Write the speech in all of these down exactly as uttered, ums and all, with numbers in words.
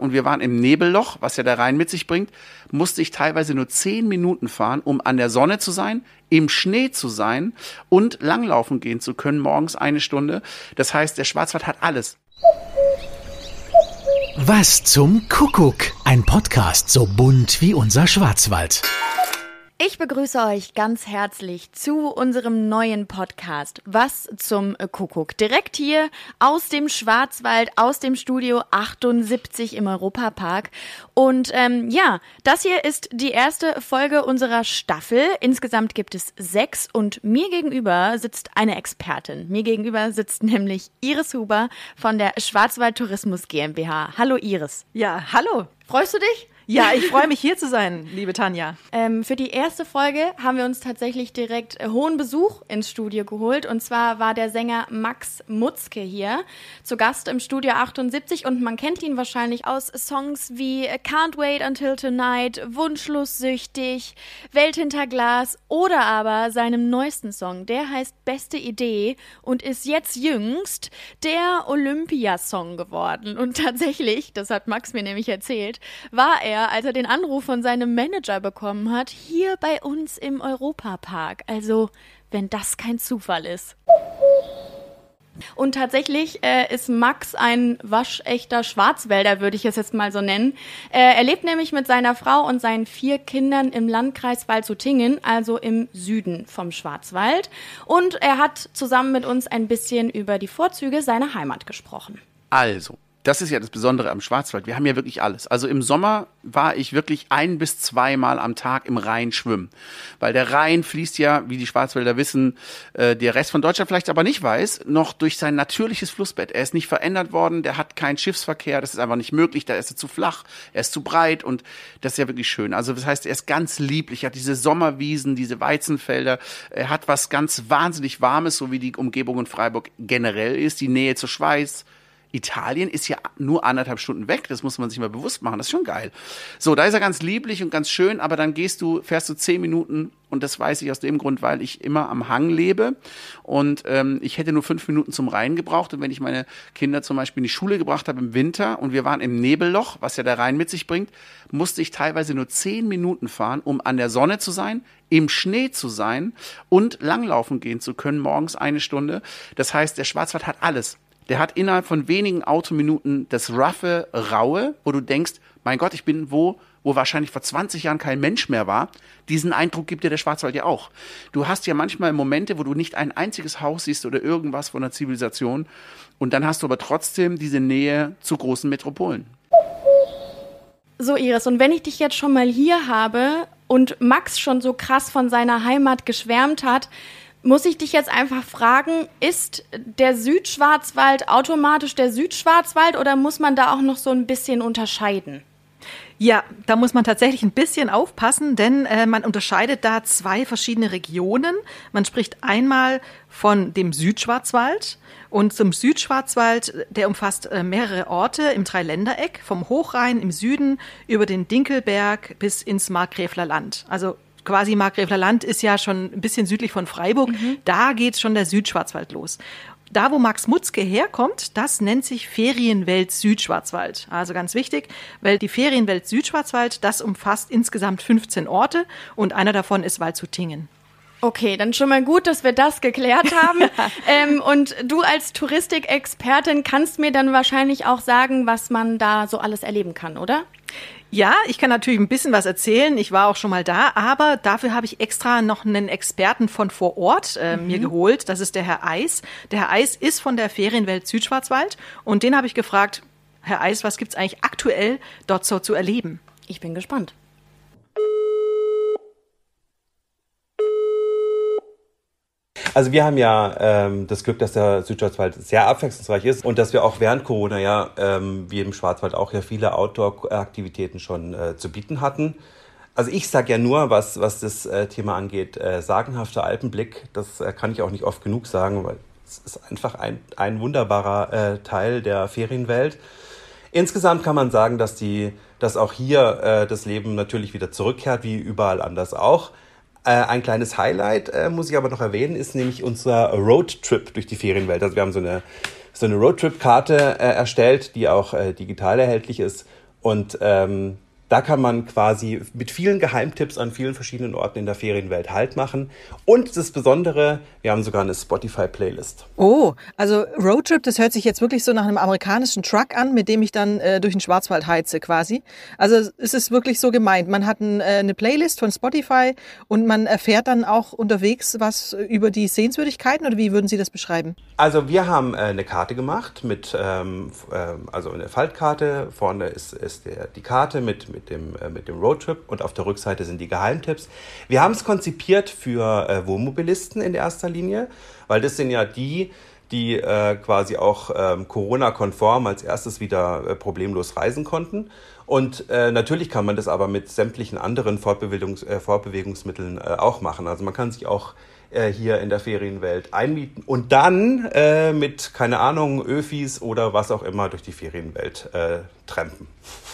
und wir waren im Nebelloch, was ja der Rhein mit sich bringt, musste ich teilweise nur zehn Minuten fahren, um an der Sonne zu sein, im Schnee zu sein und langlaufen gehen zu können, morgens eine Stunde. Das heißt, der Schwarzwald hat alles. Was zum Kuckuck? Ein Podcast so bunt wie unser Schwarzwald. Ich begrüße euch ganz herzlich zu unserem neuen Podcast Was zum Kuckuck. Direkt hier aus dem Schwarzwald, aus dem Studio achtundsiebzig im Europapark. Und ähm, ja, das hier ist die erste Folge unserer Staffel. Insgesamt gibt es sechs und mir gegenüber sitzt eine Expertin. Mir gegenüber sitzt nämlich Iris Huber von der Schwarzwald Tourismus GmbH. Hallo Iris. Ja, hallo. Freust du dich? Ja, ich freue mich, hier zu sein, liebe Tanja. Ähm, für die erste Folge haben wir uns tatsächlich direkt äh, hohen Besuch ins Studio geholt. Und zwar war der Sänger Max Mutzke hier zu Gast im Studio achtundsiebzig. Und man kennt ihn wahrscheinlich aus Songs wie Can't Wait Until Tonight, Wunschlos süchtig, Welt hinter Glas oder aber seinem neuesten Song. Der heißt Beste Idee und ist jetzt jüngst der Olympiasong geworden. Und tatsächlich, das hat Max mir nämlich erzählt, war er, als er den Anruf von seinem Manager bekommen hat, hier bei uns im Europapark. Also, wenn das kein Zufall ist. Und tatsächlich äh, ist Max ein waschechter Schwarzwälder, würde ich es jetzt mal so nennen. Äh, er lebt nämlich mit seiner Frau und seinen vier Kindern im Landkreis Waldshutingen, also im Süden vom Schwarzwald. Und er hat zusammen mit uns ein bisschen über die Vorzüge seiner Heimat gesprochen. Also, das ist ja das Besondere am Schwarzwald. Wir haben ja wirklich alles. Also im Sommer war ich wirklich ein- bis zweimal am Tag im Rhein schwimmen. Weil der Rhein fließt ja, wie die Schwarzwälder wissen, äh, der Rest von Deutschland vielleicht aber nicht weiß, noch durch sein natürliches Flussbett. Er ist nicht verändert worden, der hat keinen Schiffsverkehr, das ist einfach nicht möglich, da ist er zu flach, er ist zu breit und das ist ja wirklich schön. Also das heißt, er ist ganz lieblich, er hat diese Sommerwiesen, diese Weizenfelder, er hat was ganz wahnsinnig Warmes, so wie die Umgebung in Freiburg generell ist, die Nähe zur Schweiz. Italien ist ja nur anderthalb Stunden weg, das muss man sich mal bewusst machen, das ist schon geil. So, da ist er ganz lieblich und ganz schön, aber dann gehst du, fährst du zehn Minuten und das weiß ich aus dem Grund, weil ich immer am Hang lebe und ähm, ich hätte nur fünf Minuten zum Rhein gebraucht und wenn ich meine Kinder zum Beispiel in die Schule gebracht habe im Winter und wir waren im Nebelloch, was ja der Rhein mit sich bringt, musste ich teilweise nur zehn Minuten fahren, um an der Sonne zu sein, im Schnee zu sein und langlaufen gehen zu können, morgens eine Stunde. Das heißt, der Schwarzwald hat alles. Der hat innerhalb von wenigen Autominuten das roughe, raue, wo du denkst, mein Gott, ich bin wo, wo wahrscheinlich vor zwanzig Jahren kein Mensch mehr war. Diesen Eindruck gibt dir der Schwarzwald ja auch. Du hast ja manchmal Momente, wo du nicht ein einziges Haus siehst oder irgendwas von der Zivilisation. Und dann hast du aber trotzdem diese Nähe zu großen Metropolen. So Iris, und wenn ich dich jetzt schon mal hier habe und Max schon so krass von seiner Heimat geschwärmt hat, muss ich dich jetzt einfach fragen, ist der Südschwarzwald automatisch der Südschwarzwald oder muss man da auch noch so ein bisschen unterscheiden? Ja, da muss man tatsächlich ein bisschen aufpassen, denn äh, man unterscheidet da zwei verschiedene Regionen. Man spricht einmal von dem Südschwarzwald und zum Südschwarzwald, der umfasst äh, mehrere Orte im Dreiländereck, vom Hochrhein im Süden über den Dinkelberg bis ins Markgräfler Land. Also quasi Markgräfler Land ist ja schon ein bisschen südlich von Freiburg. Mhm. Da geht schon der Südschwarzwald los. Da, wo Max Mutzke herkommt, das nennt sich Ferienwelt Südschwarzwald. Also ganz wichtig, weil die Ferienwelt Südschwarzwald, das umfasst insgesamt fünfzehn Orte und einer davon ist Waldshutingen. Okay, dann schon mal gut, dass wir das geklärt haben. ähm, und du als Touristikexpertin kannst mir dann wahrscheinlich auch sagen, was man da so alles erleben kann, oder? Ja, ich kann natürlich ein bisschen was erzählen. Ich war auch schon mal da, aber dafür habe ich extra noch einen Experten von vor Ort äh, mhm. mir geholt. Das ist der Herr Eis. Der Herr Eis ist von der Ferienwelt Südschwarzwald und den habe ich gefragt, Herr Eis, was gibt's eigentlich aktuell dort so zu erleben? Ich bin gespannt. Also wir haben ja ähm, das Glück, dass der Südschwarzwald sehr abwechslungsreich ist und dass wir auch während Corona ja, ähm, wie im Schwarzwald auch, ja viele Outdoor-Aktivitäten schon äh, zu bieten hatten. Also ich sage ja nur, was, was das äh, Thema angeht, äh, sagenhafter Alpenblick, das äh, kann ich auch nicht oft genug sagen, weil es ist einfach ein, ein wunderbarer äh, Teil der Ferienwelt. Insgesamt kann man sagen, dass, die, dass auch hier äh, das Leben natürlich wieder zurückkehrt, wie überall anders auch. Äh, ein kleines Highlight, äh, muss ich aber noch erwähnen, ist nämlich unser Roadtrip durch die Ferienwelt. Also wir haben so eine, so eine Roadtrip-Karte äh, erstellt, die auch äh, digital erhältlich ist. Und ähm, da kann man quasi mit vielen Geheimtipps an vielen verschiedenen Orten in der Ferienwelt Halt machen. Und das Besondere, wir haben sogar eine Spotify-Playlist. Oh, also Roadtrip, das hört sich jetzt wirklich so nach einem amerikanischen Truck an, mit dem ich dann äh, durch den Schwarzwald heize quasi. Also es ist wirklich so gemeint. Man hat ein, äh, eine Playlist von Spotify und man erfährt dann auch unterwegs was über die Sehenswürdigkeiten, oder wie würden Sie das beschreiben? Also wir haben äh, eine Karte gemacht, mit ähm, äh, also eine Faltkarte. Vorne ist, ist der, die Karte mit, mit, dem, äh, mit dem Roadtrip und auf der Rückseite sind die Geheimtipps. Wir haben es konzipiert für äh, Wohnmobilisten in erster Linie, weil das sind ja die, die äh, quasi auch ähm, Corona-konform als erstes wieder äh, problemlos reisen konnten. Und äh, natürlich kann man das aber mit sämtlichen anderen Fortbewegungs- äh, Fortbewegungsmitteln äh, auch machen. Also man kann sich auch äh, hier in der Ferienwelt einmieten und dann äh, mit, keine Ahnung, Öfis oder was auch immer durch die Ferienwelt äh, trampen.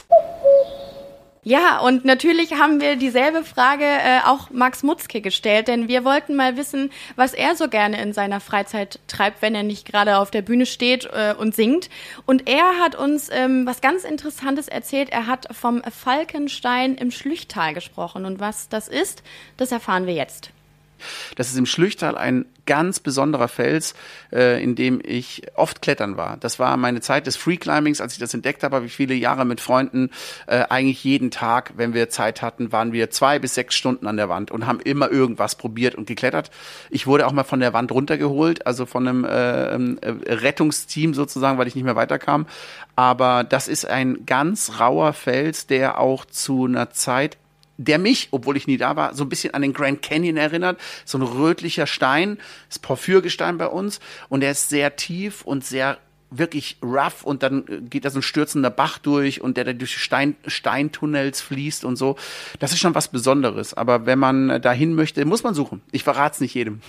Ja, und natürlich haben wir dieselbe Frage äh, auch Max Mutzke gestellt, denn wir wollten mal wissen, was er so gerne in seiner Freizeit treibt, wenn er nicht gerade auf der Bühne steht äh, und singt. Und er hat uns ähm, was ganz Interessantes erzählt. Er hat vom Falkenstein im Schlüchtal gesprochen. Und was das ist, das erfahren wir jetzt. Das ist im Schlüchtal ein ganz besonderer Fels, äh, in dem ich oft klettern war. Das war meine Zeit des Freeclimbings, als ich das entdeckt habe, habe ich viele Jahre mit Freunden äh, eigentlich jeden Tag, wenn wir Zeit hatten, waren wir zwei bis sechs Stunden an der Wand und haben immer irgendwas probiert und geklettert. Ich wurde auch mal von der Wand runtergeholt, also von einem äh, äh, Rettungsteam sozusagen, weil ich nicht mehr weiterkam. Aber das ist ein ganz rauer Fels, der auch zu einer Zeit, der mich, obwohl ich nie da war, so ein bisschen an den Grand Canyon erinnert. So ein rötlicher Stein, das Porphyrgestein bei uns. Und der ist sehr tief und sehr wirklich rough. Und dann geht da so ein stürzender Bach durch und der da durch Stein, Steintunnels fließt und so. Das ist schon was Besonderes. Aber wenn man dahin möchte, muss man suchen. Ich verrate es nicht jedem.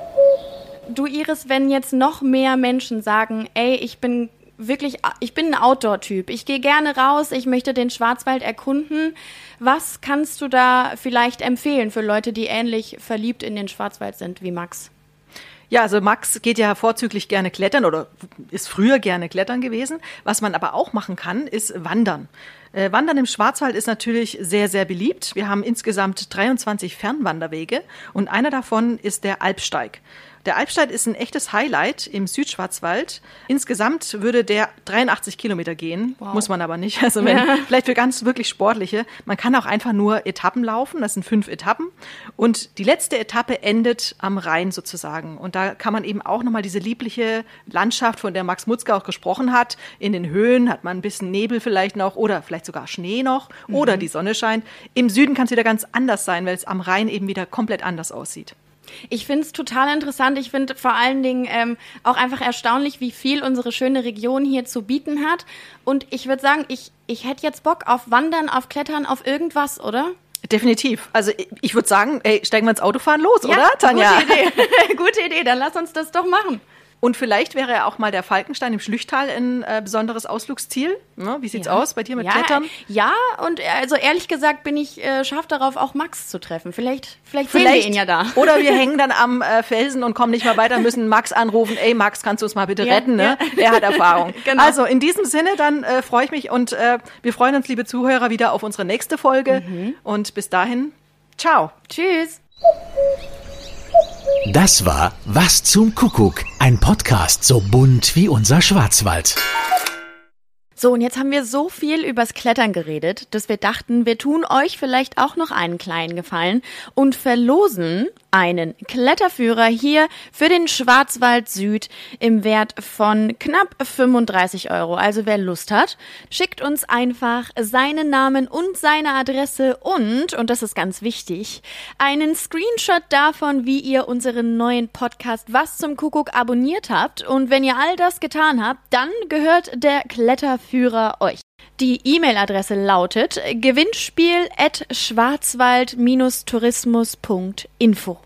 Du, Iris, wenn jetzt noch mehr Menschen sagen, ey, ich bin wirklich, ich bin ein Outdoor-Typ. Ich gehe gerne raus, ich möchte den Schwarzwald erkunden. Was kannst du da vielleicht empfehlen für Leute, die ähnlich verliebt in den Schwarzwald sind wie Max? Ja, also Max geht ja vorzüglich gerne klettern oder ist früher gerne klettern gewesen. Was man aber auch machen kann, ist wandern. Äh, Wandern im Schwarzwald ist natürlich sehr, sehr beliebt. Wir haben insgesamt dreiundzwanzig Fernwanderwege und einer davon ist der Alpsteig. Der Alpsteig ist ein echtes Highlight im Südschwarzwald. Insgesamt würde der dreiundachtzig Kilometer gehen, wow. Muss man aber nicht. Also wenn, ja. Vielleicht für ganz wirklich Sportliche. Man kann auch einfach nur Etappen laufen, das sind fünf Etappen. Und die letzte Etappe endet am Rhein sozusagen. Und da kann man eben auch nochmal diese liebliche Landschaft, von der Max Mutzke auch gesprochen hat. In den Höhen hat man ein bisschen Nebel vielleicht noch oder vielleicht sogar Schnee noch mhm. oder die Sonne scheint. Im Süden kann es wieder ganz anders sein, weil es am Rhein eben wieder komplett anders aussieht. Ich finde es total interessant. Ich finde vor allen Dingen ähm, auch einfach erstaunlich, wie viel unsere schöne Region hier zu bieten hat. Und ich würde sagen, ich, ich hätte jetzt Bock auf Wandern, auf Klettern, auf irgendwas, oder? Definitiv. Also ich würde sagen, ey, steigen wir ins Autofahren los, ja, oder, Tanja? Gute Idee. Gute Idee, dann lass uns das doch machen. Und vielleicht wäre ja auch mal der Falkenstein im Schlüchtal ein äh, besonderes Ausflugsziel. Ja, wie sieht's ja. aus bei dir mit ja, Klettern? Ja, und also ehrlich gesagt bin ich äh, scharf darauf, auch Max zu treffen. Vielleicht, vielleicht, vielleicht sehen wir ihn ja da. Oder wir hängen dann am äh, Felsen und kommen nicht mehr weiter, müssen Max anrufen. Ey, Max, kannst du uns mal bitte ja, retten? Ne? Ja. Er hat Erfahrung. Genau. Also in diesem Sinne, dann äh, freue ich mich und äh, wir freuen uns, liebe Zuhörer, wieder auf unsere nächste Folge. Mhm. Und bis dahin, ciao. Tschüss. Das war Was zum Kuckuck, ein Podcast so bunt wie unser Schwarzwald. So, und jetzt haben wir so viel übers Klettern geredet, dass wir dachten, wir tun euch vielleicht auch noch einen kleinen Gefallen und verlosen einen Kletterführer hier für den Schwarzwald Süd im Wert von knapp fünfunddreißig Euro. Also wer Lust hat, schickt uns einfach seinen Namen und seine Adresse und, und das ist ganz wichtig, einen Screenshot davon, wie ihr unseren neuen Podcast Was zum Kuckuck abonniert habt. Und wenn ihr all das getan habt, dann gehört der Kletterführer euch. Die E-Mail-Adresse lautet gewinnspiel at schwarzwald tourismus punkt info.